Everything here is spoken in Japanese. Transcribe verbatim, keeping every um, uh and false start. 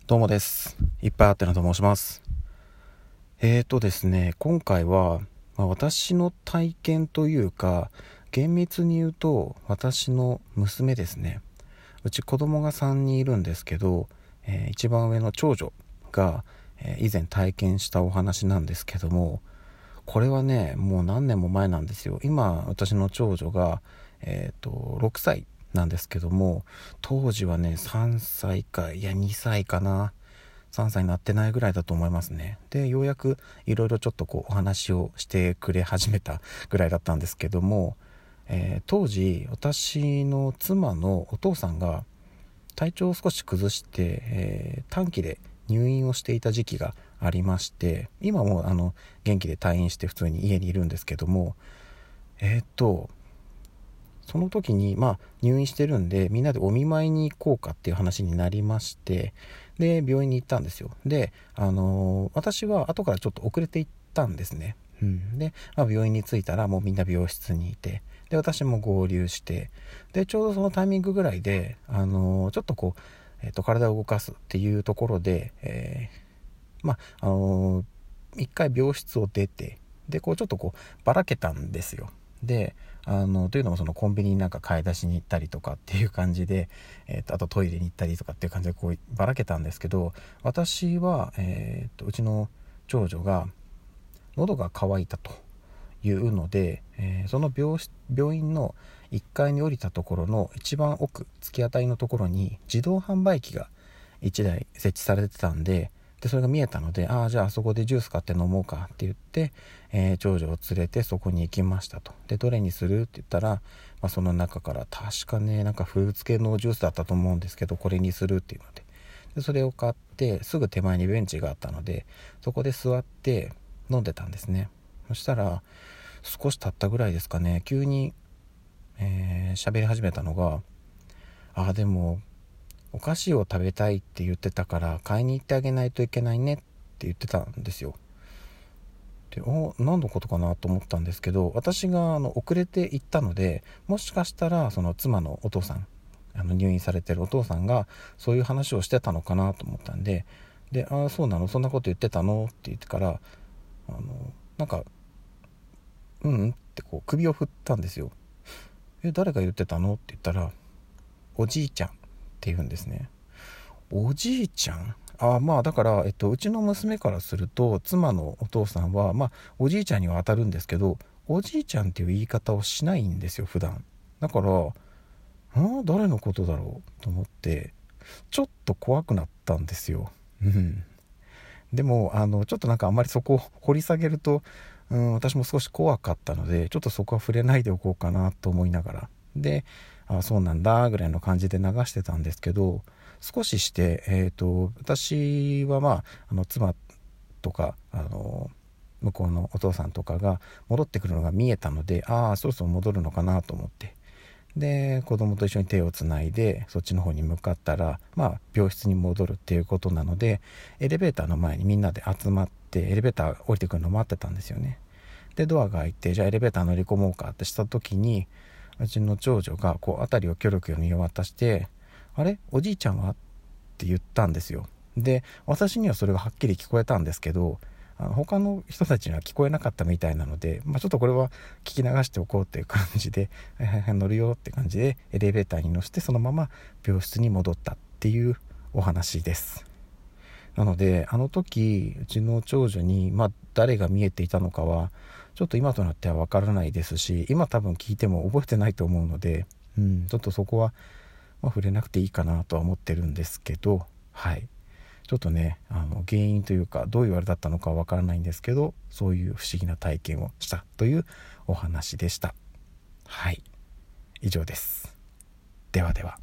どうもです。いっぱいあってなと申します。えーとですね、今回は、まあ、私の体験というか、厳密に言うと私の娘ですね。うち子供がさんにんいるんですけど、えー一番上の長女が、えー以前体験したお話なんですけども、これはね、もう何年も前なんですよ。今、私の長女が、えーと、ろくさいなんですけども、当時はね、さんさいか、いや、にさいかな。さんさいになってないぐらいだと思いますね。で、ようやくいろいろちょっとこうお話をしてくれ始めたぐらいだったんですけども、えー当時、私の妻のお父さんが体調を少し崩して、えー短期で入院をしていた時期がありまして、今もあの元気で退院して普通に家にいるんですけども、えーっとその時にまあ入院してるんでみんなでお見舞いに行こうかっていう話になりまして、で病院に行ったんですよ。で、あのー私は後からちょっと遅れて行ったんですね。うん、で、まあ、病院に着いたらもうみんな病室にいて、で私も合流して、でちょうどそのタイミングぐらいで、あのーちょっとこう、えーと体を動かすっていうところで、えーまああのー一回病室を出て、でこうちょっとこうばらけたんですよ。で、あのというのもそのコンビニになんか買い出しに行ったりとかっていう感じで、えー、とあとトイレに行ったりとかっていう感じでこうばらけたんですけど、私は、えー、とうちの長女が喉が渇いたというので、えーその 病, 病院のいっかいに降りたところの一番奥突き当たりのところに自動販売機がいちだい設置されてたんで、でそれが見えたので、ああじゃああそこでジュース買って飲もうかって言って、えー長女を連れてそこに行きましたと。でどれにするって言ったら、まあ、その中から確かねなんかフルーツ系のジュースだったと思うんですけど、これにするっていうので、でそれを買ってすぐ手前にベンチがあったのでそこで座って飲んでたんですね。そしたら少し経ったぐらいですかね、急にえー喋り始めたのが、ああでもお菓子を食べたいって言ってたから買いに行ってあげないといけないねって言ってたんですよ。で、お何のことかなと思ったんですけど、私があの遅れて行ったので、もしかしたらその妻のお父さん、あの入院されてるお父さんがそういう話をしてたのかなと思ったんで、で、ああそうなの、そんなこと言ってたのって言ってから、あのなんかうんうんってこう首を振ったんですよ。え誰が言ってたのって言ったら、おじいちゃんって言うんですね。おじいちゃん、あまあだから、えっと、うちの娘からすると妻のお父さんはまあおじいちゃんには当たるんですけど、おじいちゃんっていう言い方をしないんですよ普段。だからん誰のことだろうと思ってちょっと怖くなったんですよ。うんでもあのちょっとなんかあんまりそこを掘り下げると、うん、私も少し怖かったのでちょっとそこは触れないでおこうかなと思いながら、であそうなんだぐらいの感じで流してたんですけど、少しして、えーと、私はまああの妻とかあの向こうのお父さんとかが戻ってくるのが見えたので、ああそろそろ戻るのかなと思って、で子供と一緒に手をつないでそっちの方に向かったら、まあ病室に戻るっていうことなので、エレベーターの前にみんなで集まってエレベーター降りてくるのを待ってたんですよね。でドアが開いて、じゃあエレベーター乗り込もうかってした時に、うちの長女がこう辺りをキョロキョロ見渡して、あれおじいちゃんはって言ったんですよ。で私にはそれがはっきり聞こえたんですけど、あの他の人たちには聞こえなかったみたいなので、まあ、ちょっとこれは聞き流しておこうっていう感じではいはいはい乗るよって感じでエレベーターに乗せてそのまま病室に戻ったっていうお話です。なのであの時うちの長女に、まあ、誰が見えていたのかはちょっと今となってはわからないですし、今多分聞いても覚えてないと思うので、うん、ちょっとそこは、まあ、触れなくていいかなとは思ってるんですけど、はいちょっとねあの原因というかどういうあれだったのかはわからないんですけど、そういう不思議な体験をしたというお話でした。はい以上です。ではでは。